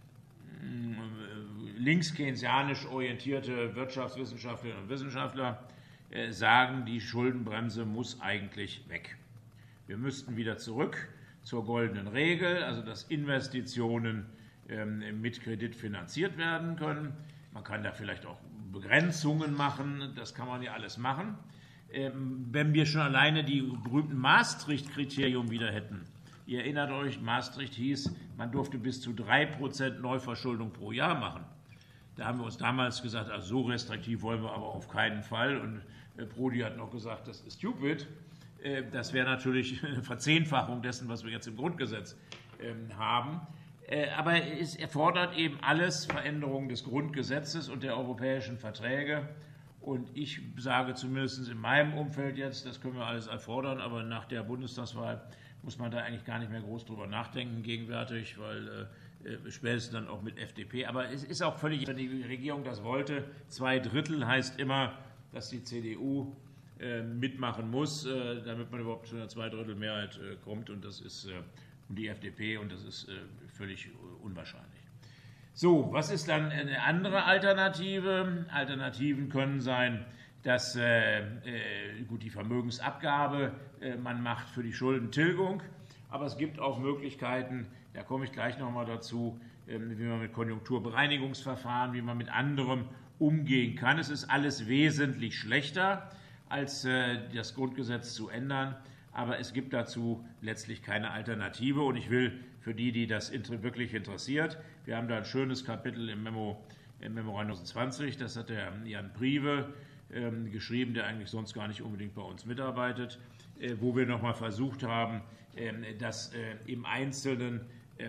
links-keynesianisch orientierte Wirtschaftswissenschaftlerinnen und Wissenschaftler sagen, die Schuldenbremse muss eigentlich weg. Wir müssten wieder zurück zur goldenen Regel, also dass Investitionen mit Kredit finanziert werden können. Man kann da vielleicht auch Begrenzungen machen, das kann man ja alles machen. Wenn wir schon alleine die berühmten Maastricht-Kriterien wieder hätten. Ihr erinnert euch, Maastricht hieß, man durfte bis zu 3% Neuverschuldung pro Jahr machen. Da haben wir uns damals gesagt, also so restriktiv wollen wir aber auf keinen Fall. Und Prodi hat noch gesagt, das ist stupid. Das wäre natürlich eine Verzehnfachung dessen, was wir jetzt im Grundgesetz haben. Aber es erfordert eben alles Veränderungen des Grundgesetzes und der europäischen Verträge. Und ich sage zumindest in meinem Umfeld jetzt, das können wir alles erfordern, aber nach der Bundestagswahl muss man da eigentlich gar nicht mehr groß drüber nachdenken gegenwärtig, weil spätestens dann auch mit FDP. Aber es ist auch völlig, wenn die Regierung das wollte, 2/3 heißt immer, dass die CDU mitmachen muss, damit man überhaupt zu einer 2/3 Mehrheit kommt, und das ist die FDP, und das ist völlig unwahrscheinlich. So, was ist dann eine andere Alternative? Alternativen können sein, dass die Vermögensabgabe man macht für die Schuldentilgung, aber es gibt auch Möglichkeiten, da komme ich gleich noch mal dazu, wie man mit Konjunkturbereinigungsverfahren, wie man mit anderem umgehen kann. Es ist alles wesentlich schlechter, als das Grundgesetz zu ändern, aber es gibt dazu letztlich keine Alternative. Und ich will für die das wirklich interessiert, wir haben da ein schönes Kapitel im Memorandum 20, das hat der Jan Prive geschrieben, der eigentlich sonst gar nicht unbedingt bei uns mitarbeitet, wo wir noch mal versucht haben, das im Einzelnen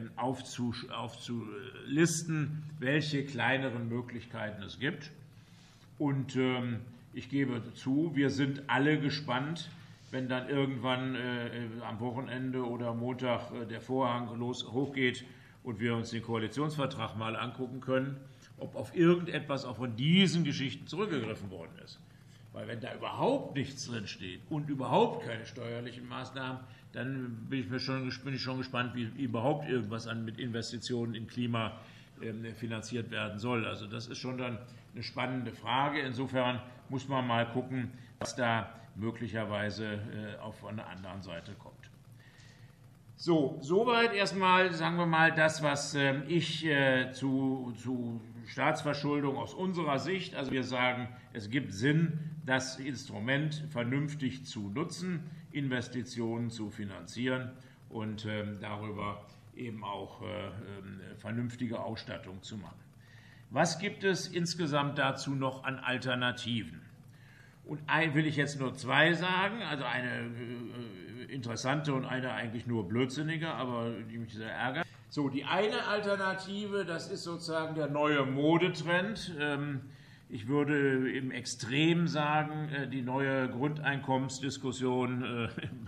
aufzulisten, welche kleineren Möglichkeiten es gibt. Und ich gebe zu, wir sind alle gespannt, wenn dann irgendwann am Wochenende oder Montag der Vorhang hochgeht und wir uns den Koalitionsvertrag mal angucken können, ob auf irgendetwas auch von diesen Geschichten zurückgegriffen worden ist. Weil wenn da überhaupt nichts drinsteht und überhaupt keine steuerlichen Maßnahmen, dann bin ich schon gespannt, wie überhaupt irgendwas mit Investitionen in Klima finanziert werden soll. Also das ist schon dann eine spannende Frage. Insofern muss man mal gucken, was da möglicherweise von der anderen Seite kommt. So, soweit erstmal, sagen wir mal, das, was ich zu Staatsverschuldung aus unserer Sicht, also wir sagen, es gibt Sinn, das Instrument vernünftig zu nutzen, Investitionen zu finanzieren und darüber eben auch vernünftige Ausstattung zu machen. Was gibt es insgesamt dazu noch an Alternativen? Und will ich jetzt nur zwei sagen, also eine interessante und eine eigentlich nur blödsinnige, aber die mich sehr ärgert. So, die eine Alternative, das ist sozusagen der neue Modetrend. Ich würde im Extrem sagen, die neue Grundeinkommensdiskussion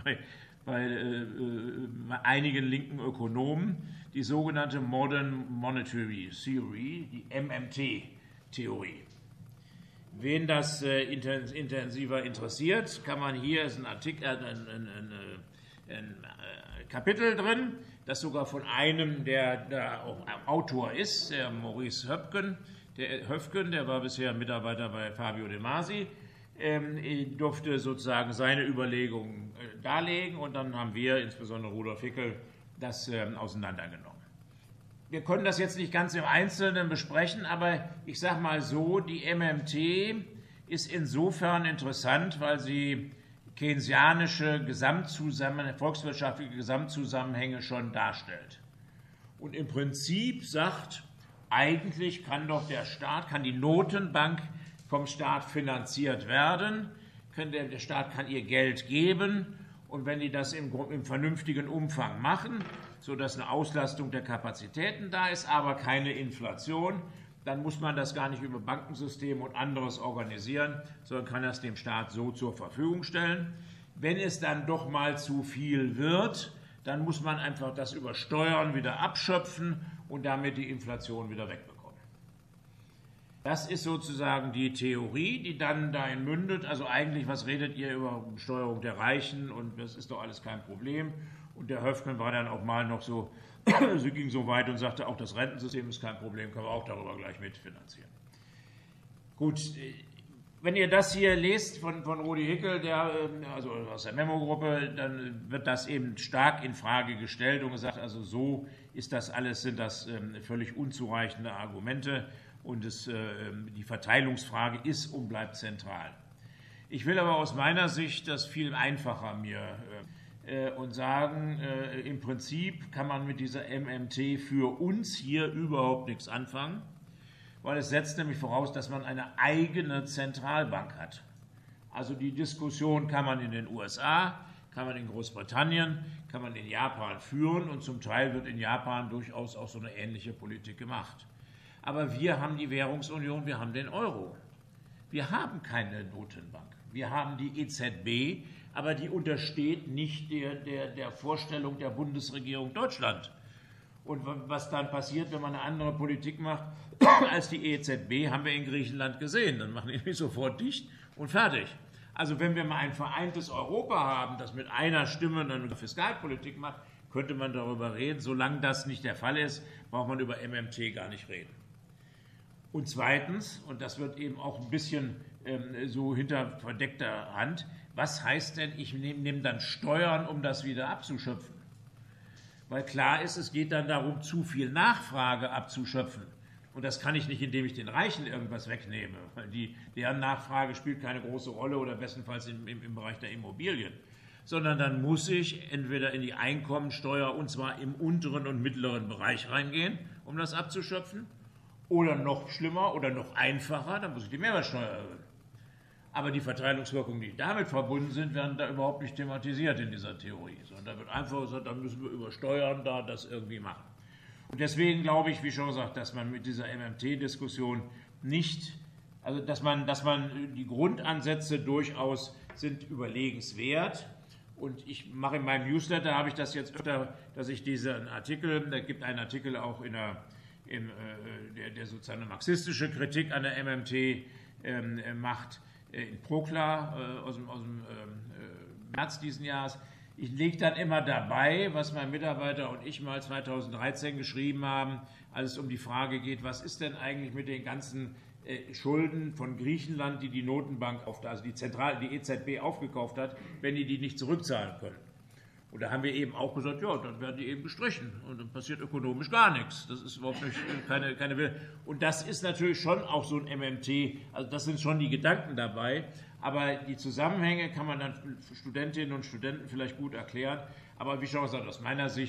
bei einigen linken Ökonomen, die sogenannte Modern Monetary Theory, die MMT-Theorie. Wen das intensiver interessiert, kann man hier, ist ein Artikel, ein Kapitel drin, das sogar von einem, der da auch Autor ist, der Maurice Höfgen, der war bisher Mitarbeiter bei Fabio De Masi, durfte sozusagen seine Überlegungen darlegen und dann haben wir, insbesondere Rudolf Hickel, das auseinandergenommen. Wir können das jetzt nicht ganz im Einzelnen besprechen, aber ich sage mal so, die MMT ist insofern interessant, weil sie keynesianische volkswirtschaftliche Gesamtzusammenhänge schon darstellt. Und im Prinzip sagt, eigentlich kann die Notenbank vom Staat finanziert werden, der Staat kann ihr Geld geben und wenn die das im vernünftigen Umfang machen, sodass eine Auslastung der Kapazitäten da ist, aber keine Inflation, dann muss man das gar nicht über Bankensystem und anderes organisieren, sondern kann das dem Staat so zur Verfügung stellen. Wenn es dann doch mal zu viel wird, dann muss man einfach das über Steuern wieder abschöpfen und damit die Inflation wieder wegbekommen. Das ist sozusagen die Theorie, die dann dahin mündet, also eigentlich, was redet ihr über Steuerung der Reichen und das ist doch alles kein Problem. Und der Höfgen war dann auch mal noch so, sie ging so weit und sagte, auch das Rentensystem ist kein Problem, können wir auch darüber gleich mitfinanzieren. Gut, wenn ihr das hier lest von Rudi Hickel, also aus der Memo-Gruppe, dann wird das eben stark in Frage gestellt und gesagt, also so ist das alles, sind das völlig unzureichende Argumente und die Verteilungsfrage ist und bleibt zentral. Ich will aber aus meiner Sicht das viel einfacher mir und sagen, im Prinzip kann man mit dieser MMT für uns hier überhaupt nichts anfangen, weil es setzt nämlich voraus, dass man eine eigene Zentralbank hat. Also die Diskussion kann man in den USA, kann man in Großbritannien, kann man in Japan führen und zum Teil wird in Japan durchaus auch so eine ähnliche Politik gemacht. Aber wir haben die Währungsunion, wir haben den Euro. Wir haben keine Notenbank. Wir haben die EZB, aber die untersteht nicht der Vorstellung der Bundesregierung Deutschland. Und was dann passiert, wenn man eine andere Politik macht als die EZB, haben wir in Griechenland gesehen. Dann machen die nämlich sofort dicht und fertig. Also wenn wir mal ein vereintes Europa haben, das mit einer Stimme eine Fiskalpolitik macht, könnte man darüber reden. Solange das nicht der Fall ist, braucht man über MMT gar nicht reden. Und zweitens, und das wird eben auch ein bisschen so hinter verdeckter Hand, was heißt denn, ich nehme dann Steuern, um das wieder abzuschöpfen? Weil klar ist, es geht dann darum, zu viel Nachfrage abzuschöpfen. Und das kann ich nicht, indem ich den Reichen irgendwas wegnehme, weil deren Nachfrage spielt keine große Rolle oder bestenfalls im Bereich der Immobilien. Sondern dann muss ich entweder in die Einkommensteuer und zwar im unteren und mittleren Bereich reingehen, um das abzuschöpfen, oder noch schlimmer oder noch einfacher, dann muss ich die Mehrwertsteuer erhöhen. Aber die Verteilungswirkungen, die damit verbunden sind, werden da überhaupt nicht thematisiert in dieser Theorie. Sondern da wird einfach gesagt, da müssen wir über Steuern das irgendwie machen. Und deswegen glaube ich, wie schon gesagt, dass man mit dieser MMT-Diskussion nicht, also dass man die Grundansätze durchaus sind überlegenswert. Und ich mache in meinem Newsletter, habe ich das jetzt öfter, dass ich diesen Artikel, da gibt einen Artikel auch der sozusagen eine marxistische Kritik an der MMT macht, in Prokla aus dem März diesen Jahres. Ich lege dann immer dabei, was mein Mitarbeiter und ich mal 2013 geschrieben haben, als es um die Frage geht, was ist denn eigentlich mit den ganzen Schulden von Griechenland, die die Notenbank, also die EZB aufgekauft hat, wenn die nicht zurückzahlen können. Und da haben wir eben auch gesagt, ja, dann werden die eben gestrichen und dann passiert ökonomisch gar nichts. Das ist überhaupt nicht keine Will. Und das ist natürlich schon auch so ein MMT, also das sind schon die Gedanken dabei. Aber die Zusammenhänge kann man dann Studentinnen und Studenten vielleicht gut erklären. Aber wie schon gesagt, aus meiner Sicht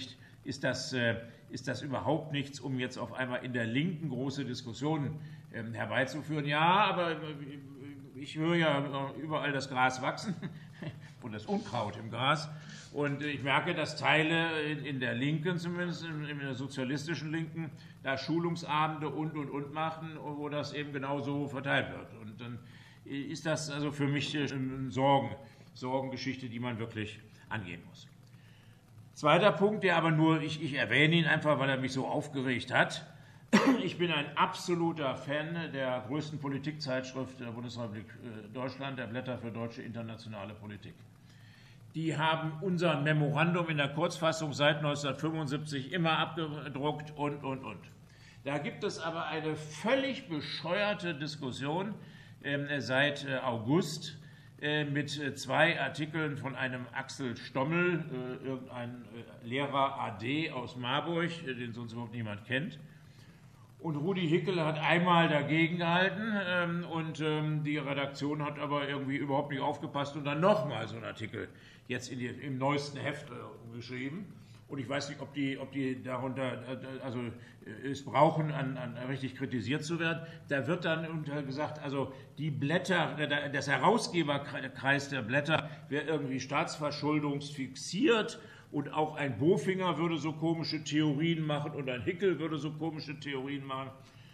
ist das überhaupt nichts, um jetzt auf einmal in der Linken große Diskussionen herbeizuführen. Ja, aber ich höre ja überall das Gras wachsen und das Unkraut im Gras. Und ich merke, dass Teile in der Linken, zumindest in der sozialistischen Linken, da Schulungsabende und machen, wo das eben genau so verteilt wird. Und dann ist das also für mich eine Sorgengeschichte, die man wirklich angehen muss. Zweiter Punkt, der aber nur, ich erwähne ihn einfach, weil er mich so aufgeregt hat. Ich bin ein absoluter Fan der größten Politikzeitschrift der Bundesrepublik Deutschland, der Blätter für deutsche internationale Politik. Die haben unser Memorandum in der Kurzfassung seit 1975 immer abgedruckt und. Da gibt es aber eine völlig bescheuerte Diskussion seit August mit 2 Artikeln von einem Axel Stommel, irgendein Lehrer AD aus Marburg, den sonst überhaupt niemand kennt. Und Rudi Hickel hat einmal dagegen gehalten und die Redaktion hat aber irgendwie überhaupt nicht aufgepasst und dann nochmal so einen Artikel jetzt im neuesten Heft geschrieben. Und ich weiß nicht, ob die darunter also es brauchen, an richtig kritisiert zu werden. Da wird dann gesagt, also die Blätter, das Herausgeberkreis der Blätter wäre irgendwie staatsverschuldungsfixiert. Und auch ein Bofinger würde so komische Theorien machen und ein Hickel würde so komische Theorien machen.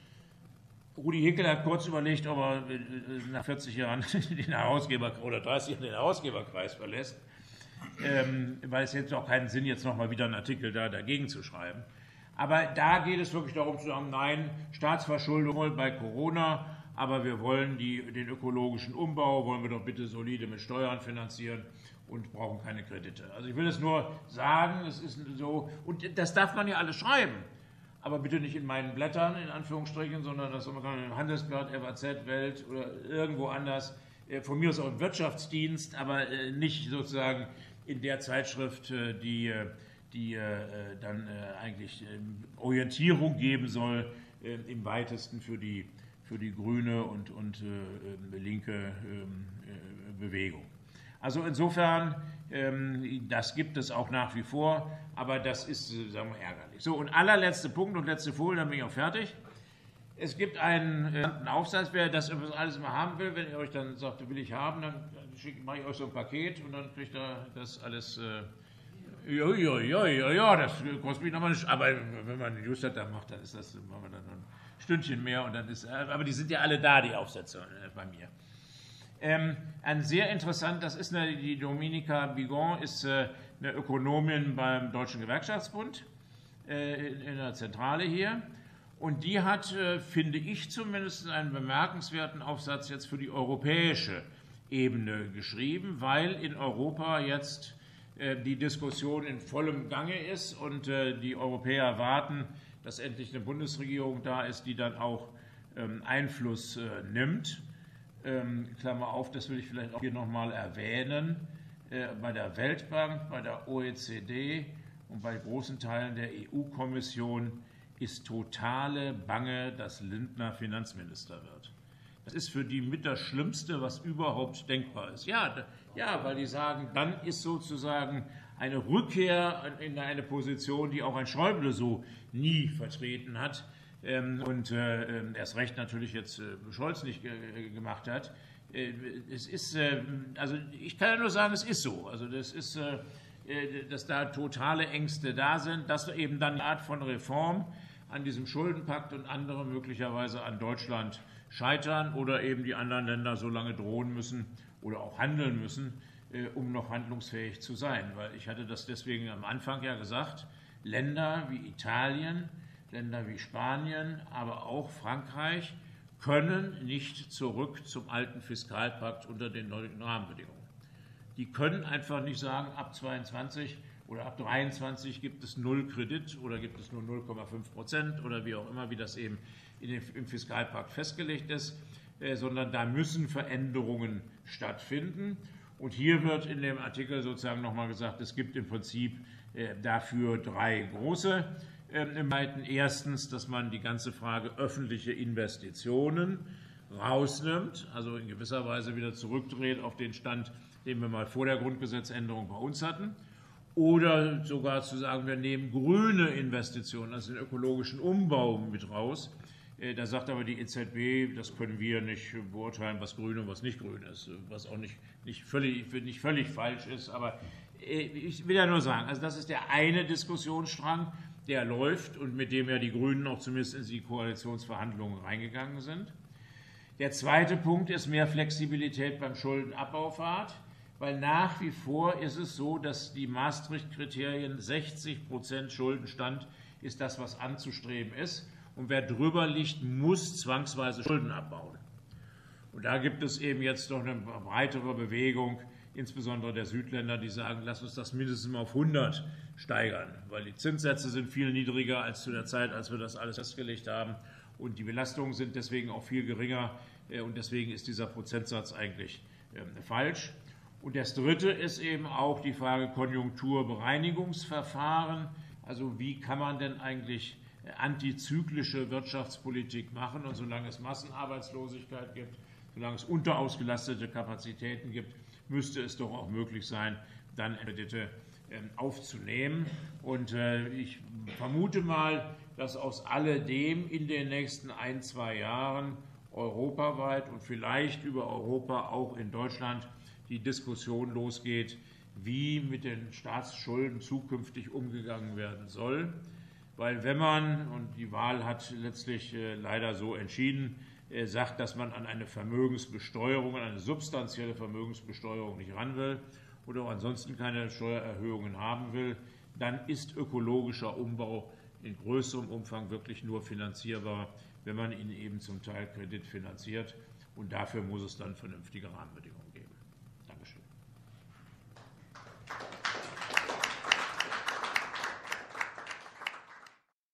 Rudi Hickel hat kurz überlegt, ob er nach 40 Jahren den oder 30 Jahren den Herausgeberkreis verlässt, weil es jetzt auch keinen Sinn, jetzt nochmal wieder einen Artikel dagegen zu schreiben. Aber da geht es wirklich darum zu sagen, nein, Staatsverschuldung bei Corona, aber wir wollen den ökologischen Umbau, wollen wir doch bitte solide mit Steuern finanzieren und brauchen keine Kredite. Also ich will es nur sagen, es ist so, und das darf man ja alles schreiben, aber bitte nicht in meinen Blättern, in Anführungsstrichen, sondern das man kann im Handelsblatt, FAZ, Welt oder irgendwo anders, von mir aus auch im Wirtschaftsdienst, aber nicht sozusagen in der Zeitschrift, die dann eigentlich Orientierung geben soll, im weitesten für die grüne und linke Bewegung. Also insofern, das gibt es auch nach wie vor, aber das ist, sagen wir, ärgerlich. So, und allerletzter Punkt und letzte Folie, dann bin ich auch fertig. Es gibt einen Aufsatz, wer das alles immer haben will, wenn ihr euch dann sagt, will ich haben, dann mache ich euch so ein Paket und dann kriegt ihr das alles. Ja, das kostet mich nochmal nicht, aber wenn man den Newsletter macht, dann ist das, machen wir dann ein Stündchen mehr und dann ist, aber die sind ja alle da, die Aufsätze bei mir. Ein sehr interessant, das ist die Dominika Bigon, ist eine Ökonomin beim Deutschen Gewerkschaftsbund in der Zentrale hier. Und die hat, finde ich zumindest, einen bemerkenswerten Aufsatz jetzt für die europäische Ebene geschrieben, weil in Europa jetzt die Diskussion in vollem Gange ist und die Europäer warten, dass endlich eine Bundesregierung da ist, die dann auch Einfluss nimmt. Klammer auf, das will ich vielleicht auch hier nochmal erwähnen, bei der Weltbank, bei der OECD und bei großen Teilen der EU-Kommission ist totale Bange, dass Lindner Finanzminister wird. Das ist für die mit das Schlimmste, was überhaupt denkbar ist. Ja, weil die sagen, dann ist sozusagen eine Rückkehr in eine Position, die auch ein Schäuble so nie vertreten hat, und erst recht natürlich jetzt Scholz nicht gemacht hat. Es ist, also ich kann ja nur sagen, es ist so. Also das ist, dass da totale Ängste da sind, dass eben dann eine Art von Reform an diesem Schuldenpakt und andere möglicherweise an Deutschland scheitern oder eben die anderen Länder so lange drohen müssen oder auch handeln müssen, um noch handlungsfähig zu sein. Weil ich hatte das deswegen am Anfang ja gesagt, Länder wie Italien, Länder wie Spanien, aber auch Frankreich können nicht zurück zum alten Fiskalpakt unter den neuen Rahmenbedingungen. Die können einfach nicht sagen, ab 22 oder ab 23 gibt es null Kredit oder gibt es nur 0,5% oder wie auch immer, wie das eben im Fiskalpakt festgelegt ist, sondern da müssen Veränderungen stattfinden. Und hier wird in dem Artikel sozusagen nochmal gesagt, es gibt im Prinzip dafür 3 große Seiten. Erstens, dass man die ganze Frage öffentliche Investitionen rausnimmt, also in gewisser Weise wieder zurückdreht auf den Stand, den wir mal vor der Grundgesetzänderung bei uns hatten. oder sogar zu sagen, wir nehmen grüne Investitionen, also den ökologischen Umbau mit raus. Da sagt aber die EZB, das können wir nicht beurteilen, was grün und was nicht grün ist, was auch nicht völlig falsch ist. Aber ich will ja nur sagen, also das ist der eine Diskussionsstrang, der läuft und mit dem ja die Grünen auch zumindest in die Koalitionsverhandlungen reingegangen sind. Der zweite Punkt ist mehr Flexibilität beim Schuldenabbaupfad, weil nach wie vor ist es so, dass die Maastricht-Kriterien 60% Schuldenstand ist das, was anzustreben ist. Und wer drüber liegt, muss zwangsweise Schulden abbauen. Und da gibt es eben jetzt noch eine breitere Bewegung, insbesondere der Südländer, die sagen, lass uns das mindestens mal auf 100 steigern, weil die Zinssätze sind viel niedriger als zu der Zeit, als wir das alles festgelegt haben. Und die Belastungen sind deswegen auch viel geringer. Und deswegen ist dieser Prozentsatz eigentlich falsch. Und das Dritte ist eben auch die Frage Konjunkturbereinigungsverfahren. Also wie kann man denn eigentlich antizyklische Wirtschaftspolitik machen? Und solange es Massenarbeitslosigkeit gibt, solange es unterausgelastete Kapazitäten gibt, müsste es doch auch möglich sein, dann Kredite aufzunehmen. Und ich vermute mal, dass aus alledem in den nächsten 1-2 Jahren europaweit und vielleicht über Europa auch in Deutschland die Diskussion losgeht, wie mit den Staatsschulden zukünftig umgegangen werden soll. Weil wenn man, und die Wahl hat letztlich leider so entschieden, sagt, dass man an eine Vermögensbesteuerung, an eine substanzielle Vermögensbesteuerung nicht ran will oder auch ansonsten keine Steuererhöhungen haben will, dann ist ökologischer Umbau in größerem Umfang wirklich nur finanzierbar, wenn man ihn eben zum Teil kreditfinanziert. Und dafür muss es dann vernünftige Rahmenbedingungen geben.